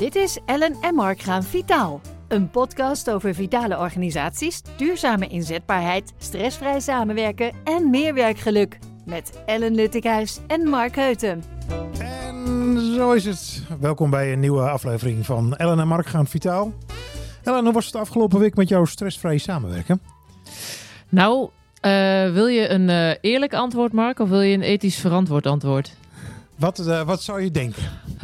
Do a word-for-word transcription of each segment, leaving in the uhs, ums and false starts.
Dit is Ellen en Mark gaan vitaal. Een podcast over vitale organisaties, duurzame inzetbaarheid, stressvrij samenwerken en meer werkgeluk. Met Ellen Luttikhuis en Mark Heuten. En zo is het. Welkom bij een nieuwe aflevering van Ellen en Mark gaan vitaal. Ellen, hoe was het afgelopen week met jouw stressvrij samenwerken? Nou, uh, wil je een uh, eerlijk antwoord, Mark, of wil je een ethisch verantwoord antwoord? Wat, uh, wat zou je denken?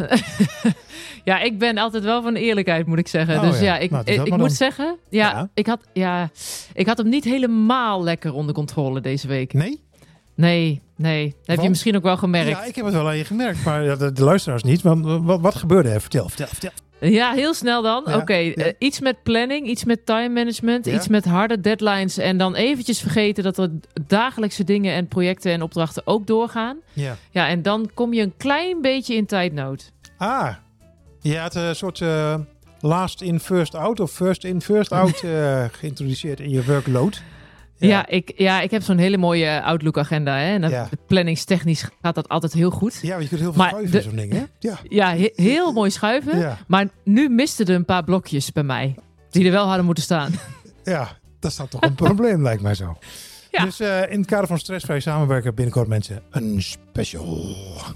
Ja, ik ben altijd wel van eerlijkheid, moet ik zeggen. Oh, dus ja, ja. ik, nou, ik, ik moet zeggen, ja, ja. Ik, had, ja, ik had hem niet helemaal lekker onder controle deze week. Nee? Nee, nee. Dat heb Want? je misschien ook wel gemerkt. Ja, ik heb het wel aan je gemerkt, maar de, de luisteraars niet. Want wat, wat gebeurde er? Vertel, vertel, vertel. Ja, heel snel dan. Ja, Oké, okay. ja. uh, iets met planning, iets met time management, Ja. iets met harde deadlines. En dan eventjes vergeten dat er dagelijkse dingen en projecten en opdrachten ook doorgaan. Ja. Ja, en dan kom je een klein beetje in tijdnood. Ah, je had een soort uh, last in, first out of first in, first out uh, geïntroduceerd in je workload. Ja, ja, ik, ja, ik heb zo'n hele mooie Outlook-agenda. Hè? En Ja. planningstechnisch gaat dat altijd heel goed. Ja, want je kunt heel veel Maar schuiven de- zo'n ding, hè? Ja. Ja, he- heel mooi schuiven. Ja. Maar nu misten er een paar blokjes bij mij. Die er wel hadden moeten staan. Ja, dat is dan toch een probleem, lijkt mij zo. Ja. Dus uh, in het kader van stressvrij samenwerken binnenkort mensen een special.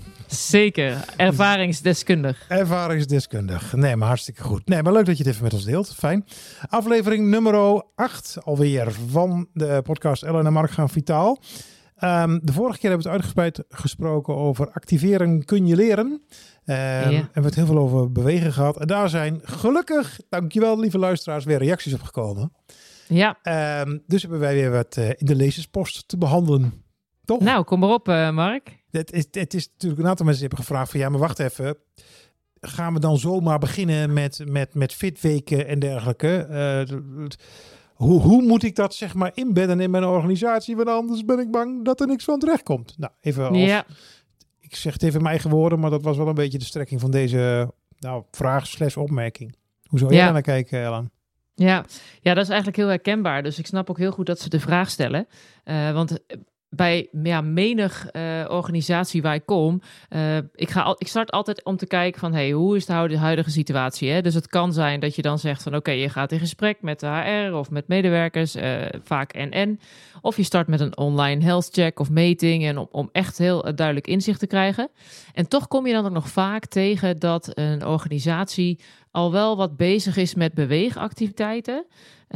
Zeker. Ervaringsdeskundig. Ervaringsdeskundig. Nee, maar hartstikke goed. Nee, maar leuk dat je het even met ons deelt. Fijn. Aflevering nummer acht alweer van de podcast Ellen en Mark gaan vitaal. Um, de vorige keer hebben we het uitgebreid gesproken over activeren kun je leren. Um, Ja. En we hebben het heel veel over bewegen gehad. En daar zijn gelukkig, dankjewel lieve luisteraars, weer reacties op gekomen. Ja. Um, dus hebben wij weer wat uh, in de lezerspost te behandelen. Toch? Nou, kom maar op, uh, Mark. Het is, het is natuurlijk een aantal mensen die hebben gevraagd van ja, maar wacht even. Gaan we dan zomaar beginnen met, met, met fitweken en dergelijke? Uh, hoe, hoe moet ik dat zeg maar inbedden in mijn organisatie? Want anders ben ik bang dat er niks van terecht komt. Nou, even als, Ja. ik zeg het even in mijn eigen woorden, maar dat was wel een beetje de strekking van deze nou, vraag slash opmerking. Hoe zou jij Ja. daar naar kijken, Ellen? Ja. ja, dat is eigenlijk heel herkenbaar. Dus ik snap ook heel goed dat ze de vraag stellen. Uh, want bij ja, menig uh, organisatie waar ik kom, uh, ik, ga al, ik start altijd om te kijken van, hey, hoe is de huidige, huidige situatie? Hè? Dus het kan zijn dat je dan zegt van, oké, okay, je gaat in gesprek met de H R of met medewerkers, uh, vaak en-en. Of je start met een online health check of meeting en om, om echt heel uh, duidelijk inzicht te krijgen. En toch kom je dan ook nog vaak tegen dat een organisatie al wel wat bezig is met beweegactiviteiten.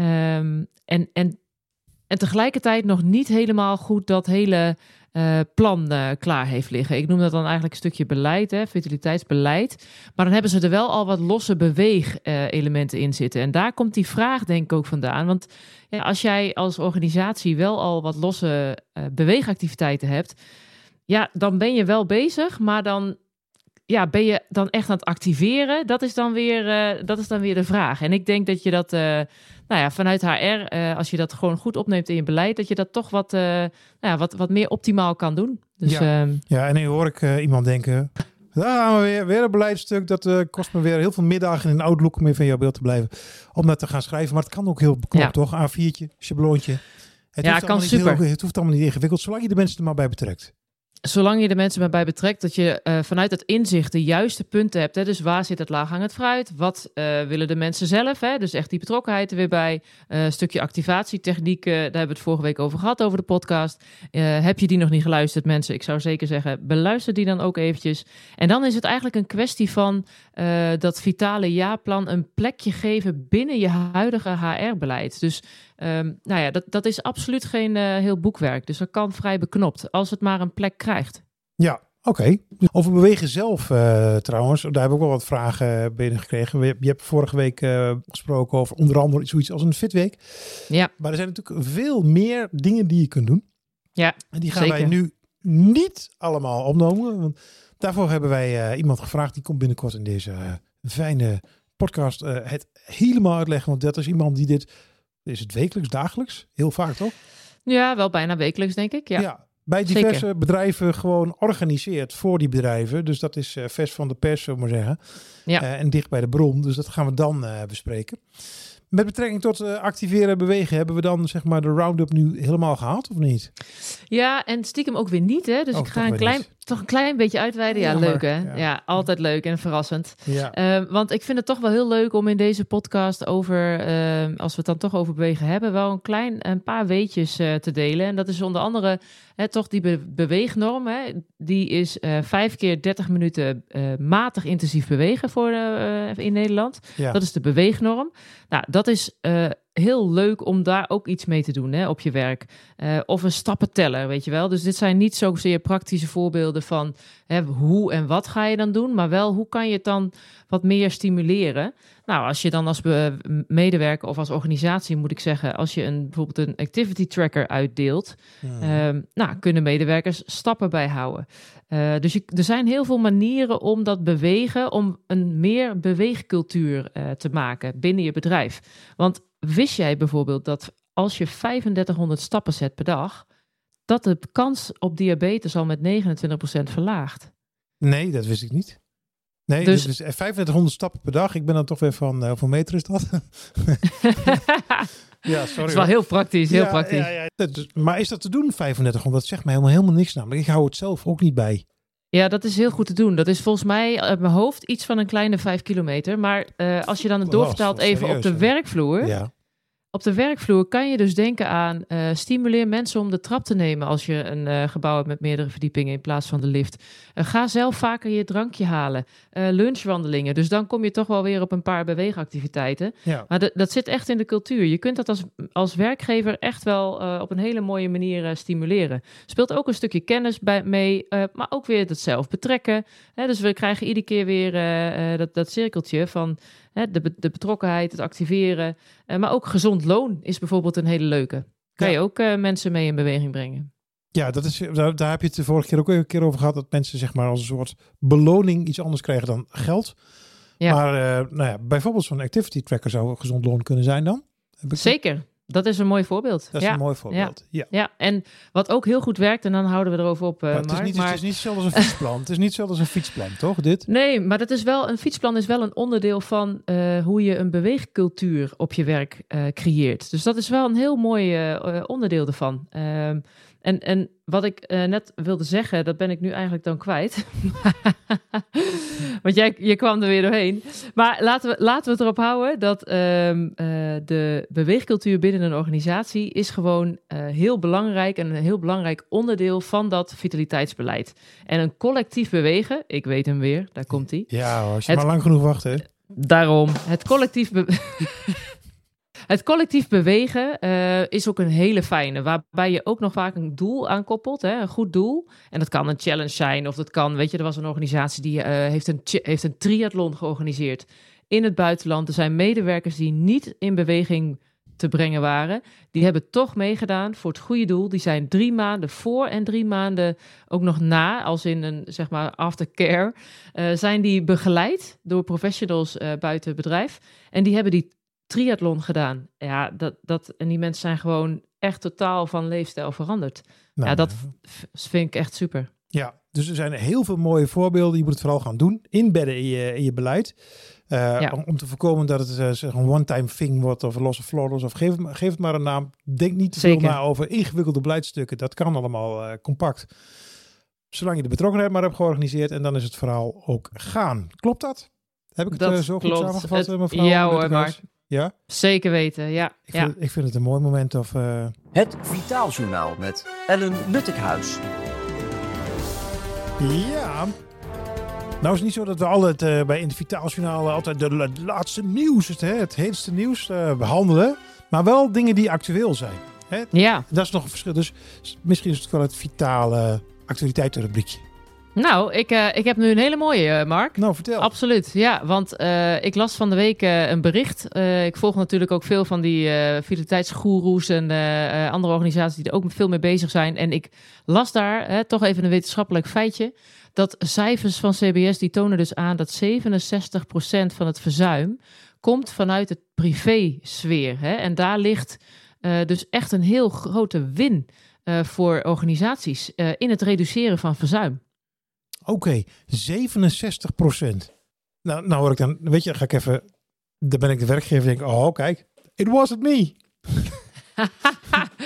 Um, en, en En tegelijkertijd nog niet helemaal goed dat hele uh, plan uh, klaar heeft liggen. Ik noem dat dan eigenlijk een stukje beleid, hè, vitaliteitsbeleid. Maar dan hebben ze er wel al wat losse beweegelementen uh, in zitten. En daar komt die vraag denk ik ook vandaan. Want ja, als jij als organisatie wel al wat losse uh, beweegactiviteiten hebt, ja, dan ben je wel bezig, maar dan ja, ben je dan echt aan het activeren? Dat is dan weer, uh, dat is dan weer de vraag. En ik denk dat je dat, uh, nou ja, vanuit H R, uh, als je dat gewoon goed opneemt in je beleid, dat je dat toch wat, uh, nou ja, wat, wat meer optimaal kan doen. Dus, ja. Uh, ja, en nu hoor ik uh, iemand denken, daar gaan we weer, weer een beleidstuk. Dat uh, kost me weer heel veel middagen in Outlook om even van jouw beeld te blijven. Om dat te gaan schrijven. Maar het kan ook heel beknopt, Ja. toch? A viertje, schabloontje. Het Ja, hoeft kan allemaal niet super. Heel, het hoeft allemaal niet ingewikkeld, zolang je de mensen er maar bij betrekt. Zolang je de mensen bij betrekt, dat je uh, vanuit het inzicht de juiste punten hebt. Hè? Dus waar zit het laaghangend fruit? Wat uh, willen de mensen zelf? Hè? Dus echt die betrokkenheid er weer bij. Een uh, stukje activatietechnieken, daar hebben we het vorige week over gehad, over de podcast. Uh, heb je die nog niet geluisterd, mensen? Ik zou zeker zeggen, beluister die dan ook eventjes. En dan is het eigenlijk een kwestie van uh, dat vitale jaarplan een plekje geven binnen je huidige H R-beleid. Dus Um, nou ja, dat, dat is absoluut geen uh, heel boekwerk. Dus dat kan vrij beknopt, als het maar een plek krijgt. Ja, oké. Okay. Over bewegen zelf uh, trouwens, daar heb ik ook wel wat vragen binnengekregen. Je hebt vorige week uh, gesproken over onder andere zoiets als een fitweek. Ja. Maar er zijn natuurlijk veel meer dingen die je kunt doen. Ja, en die gaan zeker. wij nu niet allemaal opnemen. Want daarvoor hebben wij uh, iemand gevraagd, die komt binnenkort in deze uh, fijne podcast uh, het helemaal uitleggen. Want dat is iemand die dit... Is het wekelijks, dagelijks? Heel vaak, toch? Ja, wel bijna wekelijks, denk ik. Ja, ja bij diverse Zeker. bedrijven gewoon organiseert voor die bedrijven. Dus dat is uh, vers van de pers, zullen we maar zeggen. Ja. Uh, en dicht bij de bron. Dus dat gaan we dan uh, bespreken. Met betrekking tot uh, activeren en bewegen, hebben we dan zeg maar de round-up nu helemaal gehad, of niet? Ja, en stiekem ook weer niet. Hè? Dus Oh, ik ga toch een weer klein, niet. toch een klein beetje uitweiden? Ja, Ja, leuk maar, hè? ja. Ja. altijd leuk en verrassend. Ja. Uh, want ik vind het toch wel heel leuk om in deze podcast over, uh, als we het dan toch over bewegen hebben, wel een klein, een paar weetjes uh, te delen. En dat is onder andere hè, toch die be- beweegnorm. Hè? Die is uh, vijf keer dertig minuten uh, matig intensief bewegen voor uh, in Nederland. Ja. Dat is de beweegnorm. Nou, dat is uh, heel leuk om daar ook iets mee te doen hè, op je werk. Uh, of een stappenteller, weet je wel. Dus dit zijn niet zozeer praktische voorbeelden van hè, hoe en wat ga je dan doen, maar wel hoe kan je het dan wat meer stimuleren. Nou, als je dan als be- medewerker of als organisatie, moet ik zeggen, als je een, bijvoorbeeld een activity tracker uitdeelt, Hmm. uh, nou, kunnen medewerkers stappen bijhouden. Uh, dus je, er zijn heel veel manieren om dat bewegen, om een meer beweegcultuur uh, te maken binnen je bedrijf. Want wist jij bijvoorbeeld dat als je vijfendertighonderd stappen zet per dag, dat de kans op diabetes al met negenentwintig procent verlaagt? Nee, dat wist ik niet. Nee, Dus- dus, dus vijfendertighonderd stappen per dag. Ik ben dan toch weer van, uh, hoeveel meter is dat? Ja, sorry. Dat is wel heel praktisch, heel ja, praktisch. Ja, ja. Dat is- maar is dat te doen, vijfendertighonderd? Dat zegt mij helemaal, helemaal niks namelijk. Ik hou het zelf ook niet bij. Ja, dat is heel goed te doen. Dat is volgens mij uit mijn hoofd iets van een kleine vijf kilometer. Maar uh, als je dan het Oh, doorvertaalt dat is wel even op de serieus, hè? werkvloer. Ja. Op de werkvloer kan je dus denken aan uh, stimuleer mensen om de trap te nemen als je een uh, gebouw hebt met meerdere verdiepingen in plaats van de lift. Uh, ga zelf vaker je drankje halen. Uh, lunchwandelingen. Dus dan kom je toch wel weer op een paar beweegactiviteiten. Ja. Maar de, dat zit echt in de cultuur. Je kunt dat als, als werkgever echt wel uh, op een hele mooie manier uh, stimuleren. Speelt ook een stukje kennis bij, mee, uh, maar ook weer het zelf betrekken. Hè, dus we krijgen iedere keer weer uh, uh, dat, dat cirkeltje van hè, de, de betrokkenheid, het activeren. Uh, maar ook gezond loon is bijvoorbeeld een hele leuke. Kan Ja. je ook uh, mensen mee in beweging brengen. Ja, dat is, daar, daar heb je het de vorige keer ook een keer over gehad. Dat mensen zeg maar als een soort beloning iets anders krijgen dan geld. Ja. Maar uh, nou ja, bijvoorbeeld zo'n activity tracker zou een gezond loon kunnen zijn dan. Heb ik Zeker. Dat is een mooi voorbeeld. Dat is ja. een mooi voorbeeld. Ja. Ja, en wat ook heel goed werkt, en dan houden we erover op, uh, Maar het, is Mark, niet, maar... het is niet hetzelfde als een fietsplan. Het is niet hetzelfde als een fietsplan, toch? Dit? Nee, maar dat is wel, een fietsplan is wel een onderdeel van uh, hoe je een beweegcultuur op je werk uh, creëert. Dus dat is wel een heel mooi uh, onderdeel ervan. Um, en, en wat ik uh, net wilde zeggen, dat ben ik nu eigenlijk dan kwijt. Want jij je kwam er weer doorheen. Maar laten we, laten we het erop houden dat um, uh, de beweegcultuur binnen een organisatie is gewoon uh, heel belangrijk en een heel belangrijk onderdeel van dat vitaliteitsbeleid. En een collectief bewegen, ik weet hem weer, daar komt hij. Ja, als je Het- maar lang genoeg wacht, hè? Daarom, het collectief, be- het collectief bewegen uh, is ook een hele fijne, waarbij je ook nog vaak een doel aan koppelt, hè, een goed doel. En dat kan een challenge zijn, of dat kan, weet je, er was een organisatie die uh, heeft, een ch- heeft een triathlon georganiseerd in het buitenland. Er zijn medewerkers die niet in beweging te brengen waren. Die hebben toch meegedaan voor het goede doel. Die zijn drie maanden voor en drie maanden ook nog na, als in een, zeg maar, aftercare, uh, zijn die begeleid door professionals uh, buiten het bedrijf. En die hebben die triathlon gedaan. Ja, dat, dat, en die mensen zijn gewoon echt totaal van leefstijl veranderd. Nou, ja, dat v- vind ik echt super. Ja, dus er zijn heel veel mooie voorbeelden. Je moet het vooral gaan doen. Inbedden in je, in je beleid. Uh, Ja. om, om te voorkomen dat het uh, zeg, een one-time thing wordt of een losse flawless. Of geef het, maar- geef het maar een naam. Denk niet te veel Zeker. na over ingewikkelde beleidstukken. Dat kan allemaal uh, compact. Zolang je de betrokkenheid maar hebt georganiseerd. En dan is het verhaal ook gaan. Klopt dat? Heb ik het Dat uh, zo goed klopt. samengevat, Het- mevrouw? ja hoor, Luttekhuis? Mark. Ja? Zeker weten, ja. Ik, ja. vind, ik vind het een mooi moment. Of, uh, Het Vitaaljournaal met Ellen Luttekhuis. Ja. Nou is het niet zo dat we altijd uh, bij in het Vitaaljournaal altijd de la- laatste nieuws, het, hè, het heetste nieuws uh, behandelen. Maar wel dingen die actueel zijn. Hè? Ja, Dat is nog een verschil. Dus misschien is het wel het vitale actualiteitenrubriekje. nou, ik, uh, ik heb nu een hele mooie, uh, Mark. Nou, vertel. Absoluut, ja. Want uh, ik las van de week uh, een bericht. Uh, ik volg natuurlijk ook veel van die uh, vitaliteitsgoeroes en uh, uh, andere organisaties die er ook veel mee bezig zijn. En ik las daar, hè, toch even een wetenschappelijk feitje, dat cijfers van C B S die tonen dus aan dat zevenenzestig procent van het verzuim komt vanuit het privésfeer. Hè? En daar ligt uh, dus echt een heel grote win uh, voor organisaties uh, in het reduceren van verzuim. Oké, okay, zevenenzestig procent. Nou, nou hoor ik dan, weet je, dan ga ik even, dan ben ik de werkgever en denk, oh kijk, it wasn't me.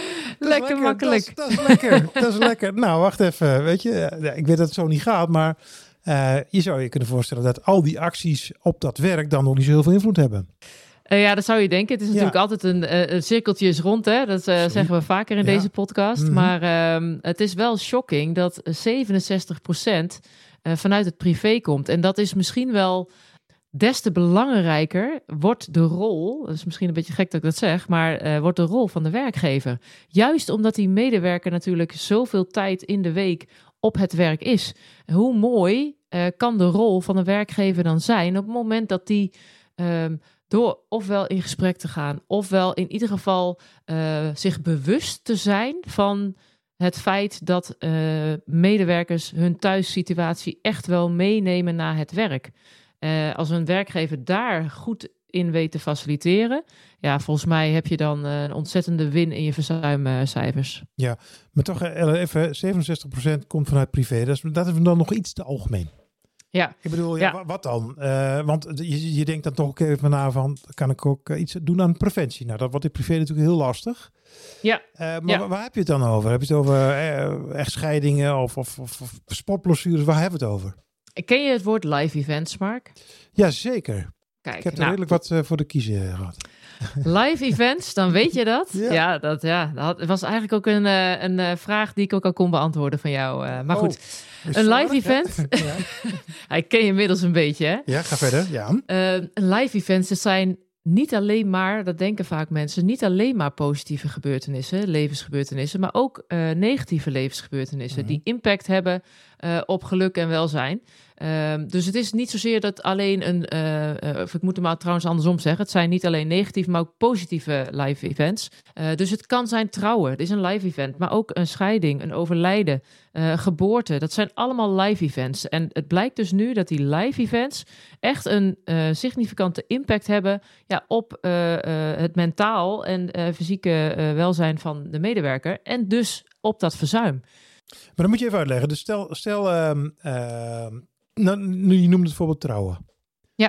lekker makkelijk. Dat is, dat is lekker. Dat is lekker. Nou, wacht even. Weet je, ja, ik weet dat het zo niet gaat, maar uh, je zou je kunnen voorstellen dat al die acties op dat werk dan nog niet zo heel veel invloed hebben. Uh, ja, dat zou je denken. Het is natuurlijk ja. altijd een, uh, een cirkeltje is rond, hè? Dat uh, zeggen we vaker in ja. deze podcast. Mm-hmm. Maar um, het is wel shocking dat zevenenzestig procent uh, vanuit het privé komt. En dat is misschien wel des te belangrijker wordt de rol, dat is misschien een beetje gek dat ik dat zeg, maar uh, wordt de rol van de werkgever. Juist omdat die medewerker natuurlijk zoveel tijd in de week op het werk is. Hoe mooi uh, kan de rol van de werkgever dan zijn op het moment dat die um, door ofwel in gesprek te gaan, ofwel in ieder geval uh, zich bewust te zijn van het feit dat uh, medewerkers hun thuissituatie echt wel meenemen naar het werk. Uh, als een werkgever daar goed in weet te faciliteren, ja, volgens mij heb je dan uh, een ontzettende win in je verzuimcijfers. Ja, maar toch even, zevenenzestig procent komt vanuit privé. Dat is, dat is dan nog iets te algemeen. Ja. Ik bedoel, ja, ja. wat dan? Uh, want je, je denkt dan toch ook even na van, kan ik ook uh, iets doen aan preventie? Nou, dat wordt in privé natuurlijk heel lastig. Ja. Uh, maar ja. waar, waar heb je het dan over? Heb je het over uh, echtscheidingen of, of, of, of sportblessures? Waar hebben we het over? Ken je het woord live events, Mark? Jazeker. Kijk, ik heb er nou, redelijk wat uh, voor de kiezen gehad. Live events, dan weet je dat. Ja, ja, dat ja, dat was eigenlijk ook een, uh, een uh, vraag die ik ook al kon beantwoorden van jou. Uh, maar oh, goed, een live event. Ja. Ik ken je inmiddels een beetje, hè? Ja, ga verder. Ja. Uh, een live events, dat zijn niet alleen maar, dat denken vaak mensen, niet alleen maar positieve gebeurtenissen, levensgebeurtenissen, maar ook uh, negatieve levensgebeurtenissen mm-hmm. die impact hebben uh, op geluk en welzijn. Uh, dus het is niet zozeer dat alleen een, uh, uh, of ik moet het maar trouwens andersom zeggen, het zijn niet alleen negatieve, maar ook positieve live events. Uh, dus het kan zijn trouwen, het is een live event, maar ook een scheiding, een overlijden, uh, geboorte. Dat zijn allemaal live events. En het blijkt dus nu dat die live events echt een uh, significante impact hebben ja, op uh, uh, het mentaal en uh, fysieke uh, welzijn van de medewerker en dus op dat verzuim. Maar dan moet je even uitleggen. Dus stel, stel um, uh, nou, nu je noemde het bijvoorbeeld trouwen. Ja.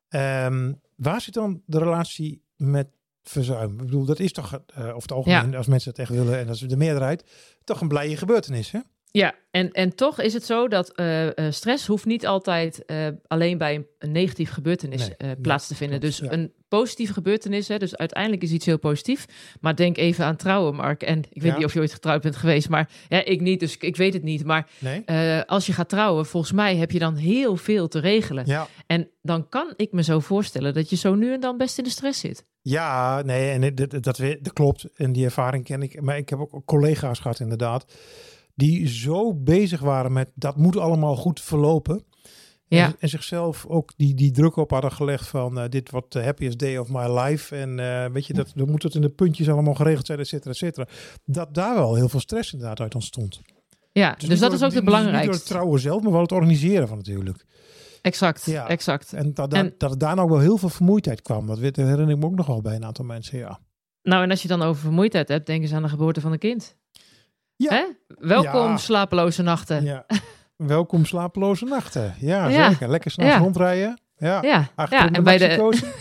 Um, waar zit dan de relatie met verzuim? Ik bedoel, dat is toch, uh, over het algemeen, ja. als mensen het echt willen en dat is de meerderheid, toch een blije gebeurtenis, hè? Ja, en, en toch is het zo dat uh, uh, stress hoeft niet altijd uh, alleen bij een, een negatief gebeurtenis nee, uh, plaats nee, te vinden. Klopt, dus ja. een positieve gebeurtenis, hè, dus uiteindelijk is iets heel positief. Maar denk even aan trouwen, Mark. En ik weet ja. niet of je ooit getrouwd bent geweest, maar ja, ik niet, dus ik weet het niet. Maar nee? uh, als je gaat trouwen, volgens mij heb je dan heel veel te regelen. Ja. En dan kan ik me zo voorstellen dat je zo nu en dan best in de stress zit. Ja, nee, en dat, dat, dat, dat klopt. En die ervaring ken ik. Maar ik heb ook collega's gehad, inderdaad, die zo bezig waren met dat moet allemaal goed verlopen. Ja. En, en zichzelf ook die, die druk op hadden gelegd van uh, dit wordt de happiest day of my life. En uh, weet je, dat, dan moet het in de puntjes allemaal geregeld zijn, et cetera, et cetera. Dat daar wel heel veel stress inderdaad uit ontstond. Ja, dus, dus dat door, is ook de belangrijkste. Niet door het trouwen zelf, maar wel het organiseren van natuurlijk. Exact, ja. exact. En dat, en dat, dat het daar nou wel heel veel vermoeidheid kwam. Dat herinner ik me ook nog wel bij een aantal mensen, ja. Nou, en als je dan over vermoeidheid hebt, denk eens aan de geboorte van een kind. Ja. Hè? Welkom ja. slapeloze nachten. Ja. Welkom slapeloze nachten. Ja, ja. zeker. Lekker s'nachts ja. rondrijden. Ja, ja. ja. En bij de,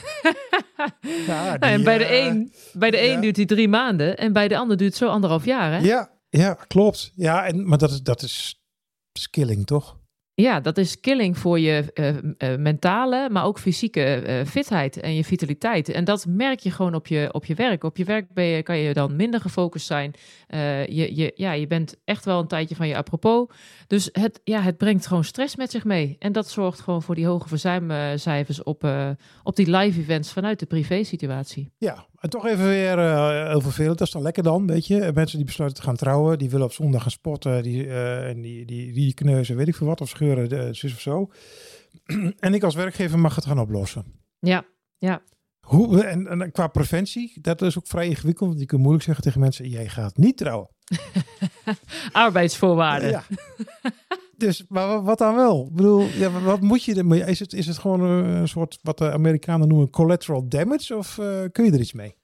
ja, die, nou, en bij de uh, een, bij de een ja. duurt die drie maanden en bij de ander duurt het zo anderhalf jaar, hè? Ja, ja, klopt. Ja, en, maar dat is, dat is, is killing, toch? Ja, dat is killing voor je uh, uh, mentale, maar ook fysieke uh, fitheid en je vitaliteit. En dat merk je gewoon op je, op je werk. Op je werk ben je, kan je dan minder gefocust zijn. Uh, je, je, ja, je bent echt wel een tijdje van je apropos. Dus het, ja, het brengt gewoon stress met zich mee. En dat zorgt gewoon voor die hoge verzuimcijfers op, uh, op die live events vanuit de privé-situatie. Ja, en toch even weer uh, heel vervelend. Dat is dan lekker dan, weet je. Mensen die besluiten te gaan trouwen, die willen op zondag gaan sporten. Die, uh, en die, die, die kneuzen, weet ik veel wat, of scheuren, uh, zus of zo. En ik als werkgever mag het gaan oplossen. Ja, ja. Hoe, en, en qua preventie, dat is ook vrij ingewikkeld. Want je kunt moeilijk zeggen tegen mensen, jij gaat niet trouwen. Arbeidsvoorwaarden. Ja. Dus, maar wat dan wel? Ik bedoel, ja, wat moet je ermee? Is het, is het gewoon een soort, wat de Amerikanen noemen, collateral damage? Of uh, kun je er iets mee?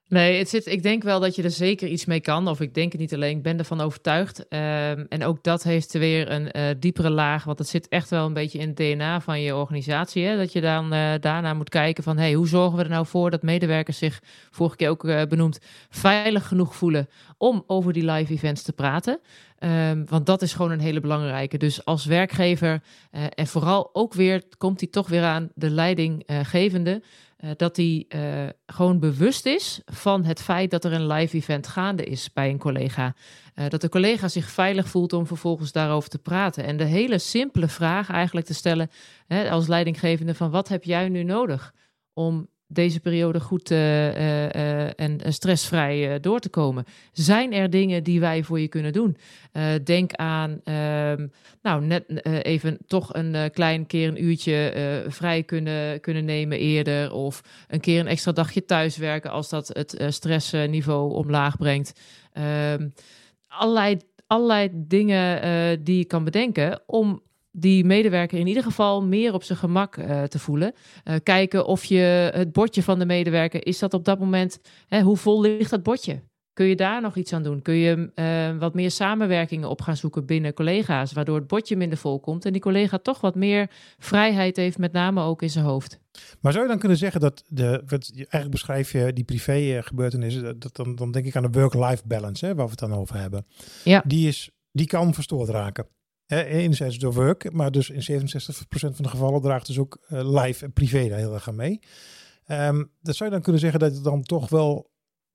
Nee, het zit, ik denk wel dat je er zeker iets mee kan. Of ik denk het niet alleen, ik ben ervan overtuigd. Um, en ook dat heeft weer een uh, diepere laag. Want het zit echt wel een beetje in het D N A van je organisatie. Hè? Dat je dan uh, daarna moet kijken van... Hey, hoe zorgen we er nou voor dat medewerkers zich, vorige keer ook uh, benoemd... veilig genoeg voelen om over die live events te praten. Um, want dat is gewoon een hele belangrijke. Dus als werkgever uh, en vooral ook weer... komt hij toch weer aan de leidinggevende... Uh, dat hij uh, gewoon bewust is van het feit dat er een live event gaande is bij een collega. Uh, dat de collega zich veilig voelt om vervolgens daarover te praten. En de hele simpele vraag eigenlijk te stellen hè, als leidinggevende van wat heb jij nu nodig om deze periode goed uh, uh, uh, en stressvrij uh, door te komen. Zijn er dingen die wij voor je kunnen doen? Uh, denk aan, uh, nou net uh, even toch een uh, klein keer een uurtje uh, vrij kunnen, kunnen nemen eerder. Of een keer een extra dagje thuiswerken als dat het uh, stressniveau omlaag brengt. Uh, allerlei, allerlei dingen uh, die je kan bedenken om die medewerker in ieder geval meer op zijn gemak uh, te voelen. Uh, kijken of je het bordje van de medewerker, is dat op dat moment, hè, hoe vol ligt dat bordje? Kun je daar nog iets aan doen? Kun je uh, wat meer samenwerkingen op gaan zoeken binnen collega's, waardoor het bordje minder vol komt en die collega toch wat meer vrijheid heeft, met name ook in zijn hoofd. Maar zou je dan kunnen zeggen dat, de, wat, eigenlijk beschrijf je die privé gebeurtenissen, dat dan, dan denk ik aan de work-life balance, hè, waar we het dan over hebben. Ja. Die, is, die kan verstoord raken. He, enerzijds door work, maar dus in zevenenzestig procent van de gevallen draagt dus ook uh, live en privé daar heel erg aan mee. Um, dat zou je dan kunnen zeggen dat het dan toch wel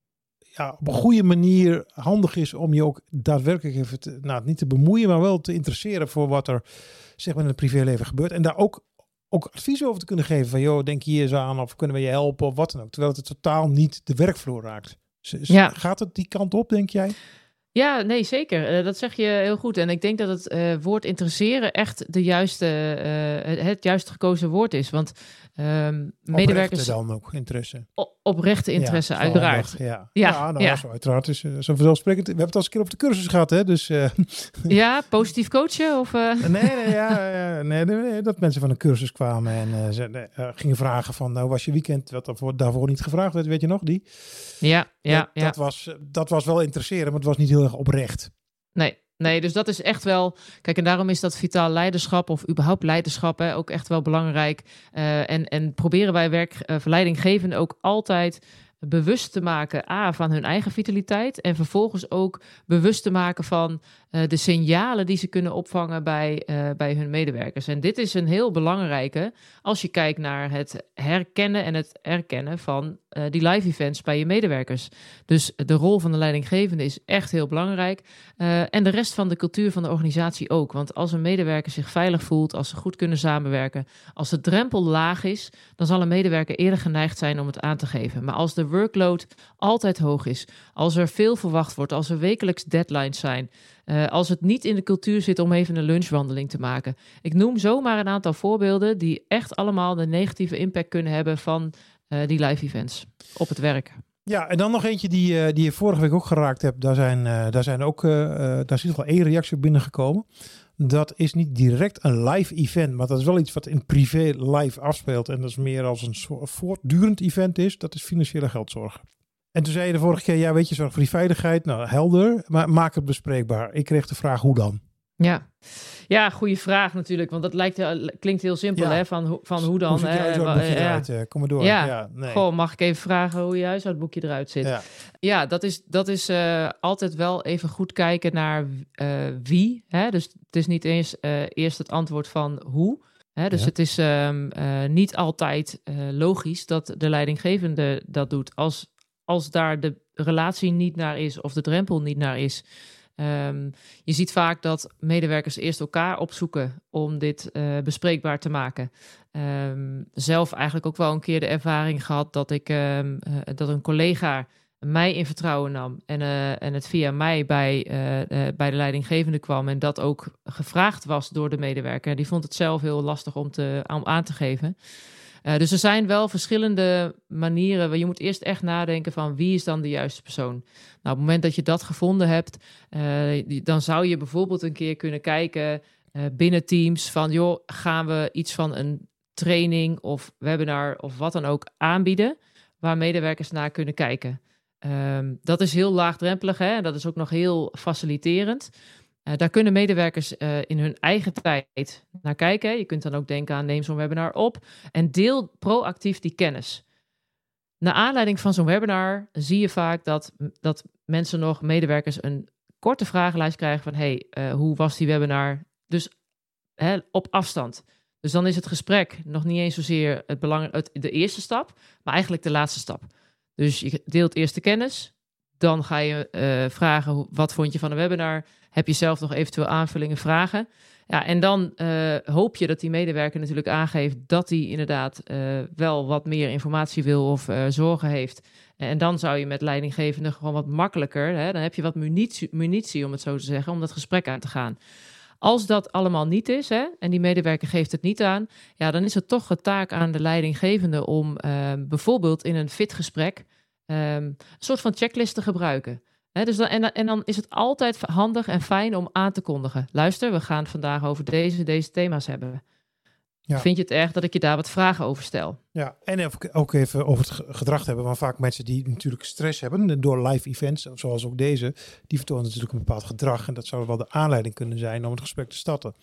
ja, op een goede manier handig is om je ook daadwerkelijk even te, nou, niet te bemoeien, maar wel te interesseren voor wat er zeg maar in het privéleven gebeurt. En daar ook, ook advies over te kunnen geven van joh, denk hier eens aan of kunnen we je helpen of wat dan ook. Terwijl het totaal niet de werkvloer raakt. Dus ja. Gaat het die kant op, denk jij? Ja, nee, zeker. Uh, dat zeg je heel goed. En ik denk dat het uh, woord interesseren echt de juiste, uh, het juist gekozen woord is. Want um, medewerkers... dan ook interesse. O- oprechte interesse, ja, uiteraard. Ja, ja, ja, nou, ja. Zo, uiteraard is uh, zo vanzelfsprekend. We hebben het al eens een keer op de cursus gehad, hè? Dus, uh... ja, positief coachen? Of, uh... nee, nee, ja, ja, nee, nee, nee, dat mensen van een cursus kwamen en uh, ze uh, gingen vragen van, nou was je weekend, wat daarvoor, daarvoor niet gevraagd werd, weet je nog, die? Ja, ja, dat, ja. Dat was, dat was wel interesseren, maar het was niet heel erg oprecht. Nee. Nee, dus dat is echt wel... Kijk, en daarom is dat vitaal leiderschap of überhaupt leiderschap hè, ook echt wel belangrijk. Uh, en, en proberen wij werkverleidinggevenden ook altijd bewust te maken A, van hun eigen vitaliteit en vervolgens ook bewust te maken van uh, de signalen die ze kunnen opvangen bij, uh, bij hun medewerkers. En dit is een heel belangrijke als je kijkt naar het herkennen en het erkennen van uh, die live events bij je medewerkers. Dus de rol van de leidinggevende is echt heel belangrijk. Uh, en de rest van de cultuur van de organisatie ook. Want als een medewerker zich veilig voelt, als ze goed kunnen samenwerken, als de drempel laag is, dan zal een medewerker eerder geneigd zijn om het aan te geven. Maar als de workload altijd hoog is, als er veel verwacht wordt, als er wekelijks deadlines zijn, uh, als het niet in de cultuur zit om even een lunchwandeling te maken. Ik noem zomaar een aantal voorbeelden die echt allemaal de negatieve impact kunnen hebben van uh, die live events op het werk. Ja, en dan nog eentje die, uh, die je vorige week ook geraakt hebt. Daar zijn, uh, daar zijn ook, uh, uh, daar is in ieder geval één reactie op binnengekomen. Dat is niet direct een live event, maar dat is wel iets wat in privé live afspeelt. En dat is meer als een soort voortdurend event is. Dat is financiële geldzorg. En toen zei je de vorige keer, ja weet je, zorg voor die veiligheid. Nou, helder, maar maak het bespreekbaar. Ik kreeg de vraag, hoe dan? Ja, ja, goede vraag natuurlijk, want dat lijkt, klinkt heel simpel, ja. hè? Van, van hoe dan? Hoe ziet je huishoudboekje uh, eruit? Uh, kom maar door. Ja, ja nee. Goh, mag ik even vragen hoe je huishoudboekje eruit zit? Ja, ja dat is, dat is uh, altijd wel even goed kijken naar uh, wie. Hè? Dus het is niet eens uh, eerst het antwoord van hoe. Hè? Dus ja. het is um, uh, niet altijd uh, logisch dat de leidinggevende dat doet. Als, als daar de relatie niet naar is of de drempel niet naar is. Um, je ziet vaak dat medewerkers eerst elkaar opzoeken om dit uh, bespreekbaar te maken. Um, zelf eigenlijk ook wel een keer de ervaring gehad dat ik um, uh, dat een collega mij in vertrouwen nam en, uh, en het via mij bij, uh, uh, bij de leidinggevende kwam en dat ook gevraagd was door de medewerker. Die vond het zelf heel lastig om, te, om aan te geven. Uh, dus er zijn wel verschillende manieren. Je moet eerst echt nadenken van wie is dan de juiste persoon. Nou, op het moment dat je dat gevonden hebt, uh, dan zou je bijvoorbeeld een keer kunnen kijken uh, binnen teams van joh, gaan we iets van een training of webinar of wat dan ook aanbieden, waar medewerkers naar kunnen kijken. Um, dat is heel laagdrempelig, hè? Dat is ook nog heel faciliterend. Uh, daar kunnen medewerkers uh, in hun eigen tijd naar kijken. Hè? Je kunt dan ook denken aan neem zo'n webinar op en deel proactief die kennis. Naar aanleiding van zo'n webinar zie je vaak dat, dat mensen nog, medewerkers, een korte vragenlijst krijgen van hey, uh, hoe was die webinar? Dus hè, op afstand. Dus dan is het gesprek nog niet eens zozeer het belang, het, de eerste stap, maar eigenlijk de laatste stap. Dus je deelt eerst de kennis, dan ga je uh, vragen hoe, wat vond je van een webinar? Heb je zelf nog eventueel aanvullingen, vragen? Ja, en dan uh, hoop je dat die medewerker natuurlijk aangeeft dat hij inderdaad uh, wel wat meer informatie wil of uh, zorgen heeft. En dan zou je met leidinggevende gewoon wat makkelijker, hè, dan heb je wat munitie, munitie, om het zo te zeggen, om dat gesprek aan te gaan. Als dat allemaal niet is, hè, en die medewerker geeft het niet aan, ja, dan is het toch een taak aan de leidinggevende om uh, bijvoorbeeld in een fit gesprek um, een soort van checklist te gebruiken. He, dus dan, en, en dan is het altijd handig en fijn om aan te kondigen. Luister, we gaan het vandaag over deze, deze thema's hebben. Ja. Vind je het erg dat ik je daar wat vragen over stel? Ja, en ook even over het gedrag hebben. Want vaak mensen die natuurlijk stress hebben door live events, zoals ook deze, die vertonen natuurlijk een bepaald gedrag. En dat zou wel de aanleiding kunnen zijn om het gesprek te starten.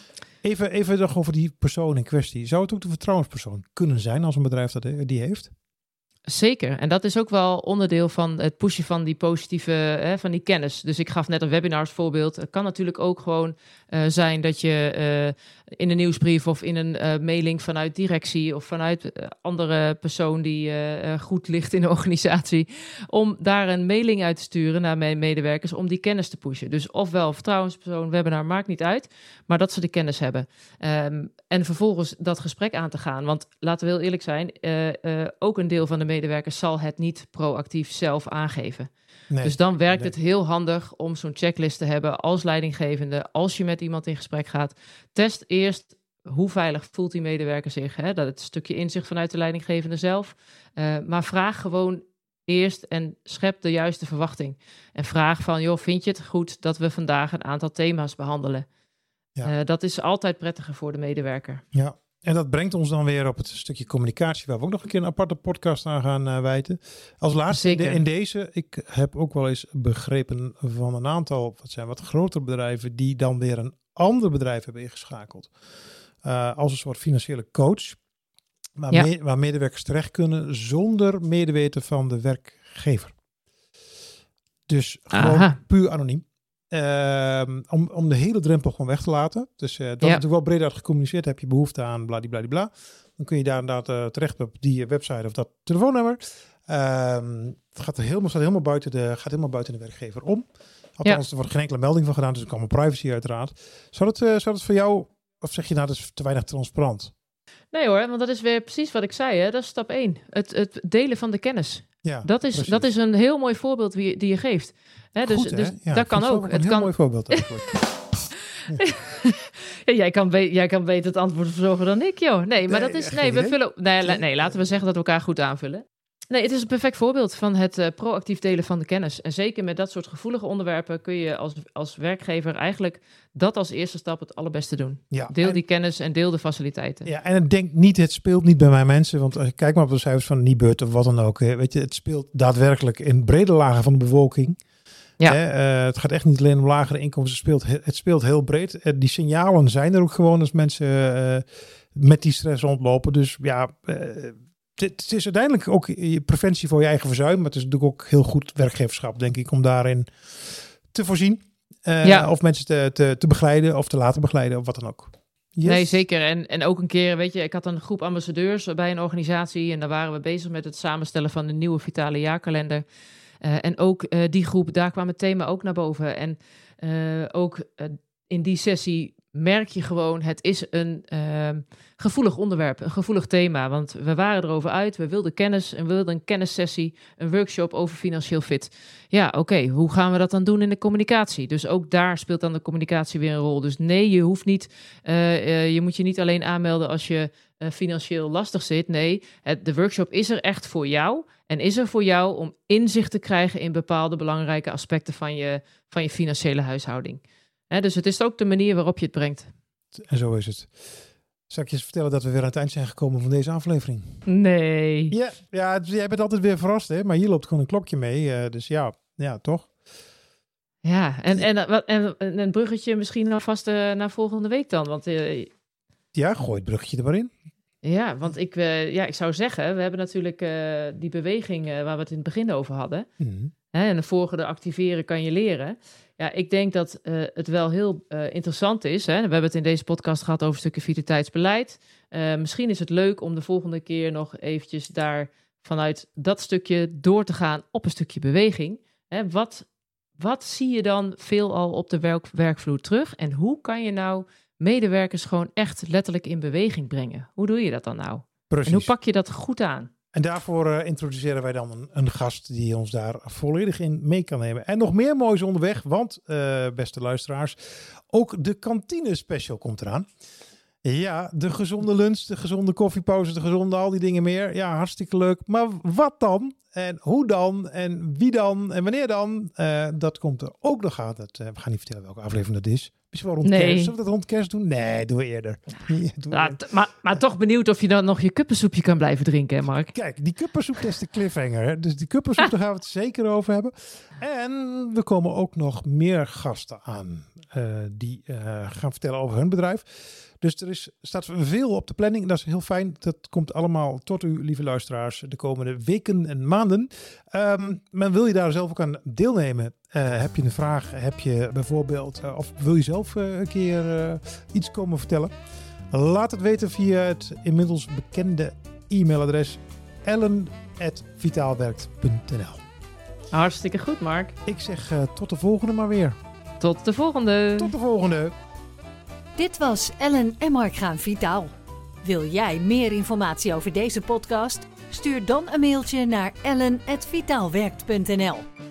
Even, even nog over die persoon in kwestie. Zou het ook de vertrouwenspersoon kunnen zijn als een bedrijf dat die heeft? Zeker. En dat is ook wel onderdeel van het pushen van die positieve, hè, van die kennis. Dus ik gaf net een webinars voorbeeld. Het kan natuurlijk ook gewoon uh, zijn dat je uh, in een nieuwsbrief of in een uh, mailing vanuit directie of vanuit uh, andere persoon die uh, goed ligt in de organisatie, om daar een mailing uit te sturen naar mijn medewerkers om die kennis te pushen. Dus ofwel vertrouwenspersoon, webinar, maakt niet uit, maar dat ze de kennis hebben. Um, en vervolgens dat gesprek aan te gaan. Want laten we heel eerlijk zijn, uh, uh, ook een deel van de medewerkers zal het niet proactief zelf aangeven. Nee, dus dan werkt nee. het heel handig om zo'n checklist te hebben als leidinggevende. Als je met iemand in gesprek gaat, test eerst hoe veilig voelt die medewerker zich. Hè? Dat het stukje inzicht vanuit de leidinggevende zelf. Uh, maar vraag gewoon eerst en schep de juiste verwachting. En vraag van, joh, vind je het goed dat we vandaag een aantal thema's behandelen? Ja. Uh, dat is altijd prettiger voor de medewerker. Ja. En dat brengt ons dan weer op het stukje communicatie, waar we ook nog een keer een aparte podcast aan gaan uh, wijten. Als laatste de, in deze, ik heb ook wel eens begrepen van een aantal, wat zijn wat grotere bedrijven, die dan weer een ander bedrijf hebben ingeschakeld. Uh, als een soort financiële coach, waar, ja. me, waar medewerkers terecht kunnen zonder medeweten van de werkgever. Dus gewoon Aha. puur anoniem. Uh, om, om de hele drempel gewoon weg te laten. Dus uh, dat ja. natuurlijk wel breed uit gecommuniceerd. Heb je behoefte aan bladibladibla. Dan kun je daar inderdaad uh, terecht op die website of dat telefoonnummer. Uh, het gaat, er helemaal, staat helemaal buiten de, gaat helemaal buiten de werkgever om. Althans, ja. er wordt geen enkele melding van gedaan. Dus er kan allemaal privacy uiteraard. Zou het, uh, zou het voor jou, of zeg je nou dat is te weinig transparant? Nee hoor, want dat is weer precies wat ik zei. Hè? Dat is stap één. Het, het delen van de kennis. Ja, dat, is, dat is een heel mooi voorbeeld die, die je geeft. Hè, dus Goed, hè? dus ja, dat kan ook. Een het heel kan... mooi voorbeeld eigenlijk. ja, jij, kan be- jij kan beter het antwoord verzorgen dan ik, joh. Nee, maar nee, dat is... Nee, we vullen, nee, la- nee, laten we zeggen dat we elkaar goed aanvullen. Nee, het is een perfect voorbeeld van het uh, proactief delen van de kennis. En zeker met dat soort gevoelige onderwerpen kun je als, als werkgever eigenlijk dat als eerste stap het allerbeste doen. Ja, deel en, die kennis en deel de faciliteiten. Ja, en denk niet, het speelt niet bij mijn mensen. Want als je kijkt maar op de cijfers van Nibud of wat dan ook. Hè, weet je, het speelt daadwerkelijk in brede lagen van de bevolking. Ja. Hè, uh, het gaat echt niet alleen om lagere inkomsten. Het speelt, het speelt heel breed. Uh, die signalen zijn er ook gewoon als mensen uh, met die stress rondlopen. Dus ja... Uh, Het is uiteindelijk ook je preventie voor je eigen verzuim. Maar het is natuurlijk ook heel goed werkgeverschap, denk ik, om daarin te voorzien. Uh, ja. Of mensen te, te, te begeleiden of te laten begeleiden of wat dan ook. Yes. Nee, zeker. En, en ook een keer, weet je, ik had een groep ambassadeurs bij een organisatie. En daar waren we bezig met het samenstellen van de nieuwe Vitale jaarkalender. Uh, en ook uh, die groep, daar kwam het thema ook naar boven. En uh, ook uh, in die sessie merk je gewoon, het is een uh, gevoelig onderwerp, een gevoelig thema. Want we waren erover uit, we wilden kennis en we wilden een kennissessie, een workshop over financieel fit. Ja, oké, okay, hoe gaan we dat dan doen in de communicatie? Dus ook daar speelt dan de communicatie weer een rol. Dus nee, je hoeft niet, uh, uh, je moet je niet alleen aanmelden als je uh, financieel lastig zit. Nee, het, de workshop is er echt voor jou en is er voor jou om inzicht te krijgen in bepaalde belangrijke aspecten van je, van je financiële huishouding. He, dus het is ook de manier waarop je het brengt. En zo is het. Zal ik je eens vertellen dat we weer aan het eind zijn gekomen van deze aflevering? Nee. Ja, ja het- jij bent altijd weer verrast, hè? Maar hier loopt gewoon een klokje mee. eh, dus ja, ja, toch? Ja, en, en, wat- en, en een bruggetje misschien alvast uh, naar volgende week dan. Want uh, Ja, gooi het bruggetje er maar in. ja, want ik, uh, ja, ik zou zeggen, we hebben natuurlijk uh, die beweging uh, waar we het in het begin over hadden. Mhm. Hè, en de volgende activeren kan je leren. Ja, ik denk dat uh, het wel heel uh, interessant is. Hè? We hebben het in deze podcast gehad over stukken vitaliteitsbeleid. Uh, misschien is het leuk om de volgende keer nog eventjes daar vanuit dat stukje door te gaan op een stukje beweging. Hè, wat, wat zie je dan veelal op de werk, werkvloer terug? En hoe kan je nou medewerkers gewoon echt letterlijk in beweging brengen? Hoe doe je dat dan nou? Precies. En hoe pak je dat goed aan? En daarvoor uh, introduceren wij dan een, een gast die ons daar volledig in mee kan nemen. En nog meer moois onderweg, want uh, beste luisteraars, ook de kantine special komt eraan. Ja, de gezonde lunch, de gezonde koffiepauze, de gezonde al die dingen meer. Ja, hartstikke leuk. Maar wat dan? En hoe dan? En wie dan? En wanneer dan? Uh, dat komt er ook nog aan. Dat, uh, we gaan niet vertellen welke aflevering dat is. Misschien wel rond Nee. kerst. Zullen we dat rond kerst doen? Nee, doen we eerder. Ja, doen we Ja, eerder. t- maar, maar toch benieuwd of je dan nog je kuppensoepje kan blijven drinken, hè Mark? Kijk, die kuppensoep dat is de cliffhanger. Hè? Dus die kuppensoep, daar gaan we het zeker over hebben. En we komen ook nog meer gasten aan uh, die uh, gaan vertellen over hun bedrijf. Dus er is, staat veel op de planning. Dat is heel fijn. Dat komt allemaal tot u, lieve luisteraars, de komende weken en maanden. Um, maar wil je daar zelf ook aan deelnemen? Uh, heb je een vraag? Heb je bijvoorbeeld, uh, of wil je zelf uh, een keer uh, iets komen vertellen? Laat het weten via het inmiddels bekende e-mailadres ellen at vitaalwerkt punt n l. Hartstikke goed, Mark. Ik zeg uh, tot de volgende maar weer. Tot de volgende. Tot de volgende. Dit was Ellen en Mark gaan vitaal. Wil jij meer informatie over deze podcast? Stuur dan een mailtje naar ellen at vitaalwerkt punt n l.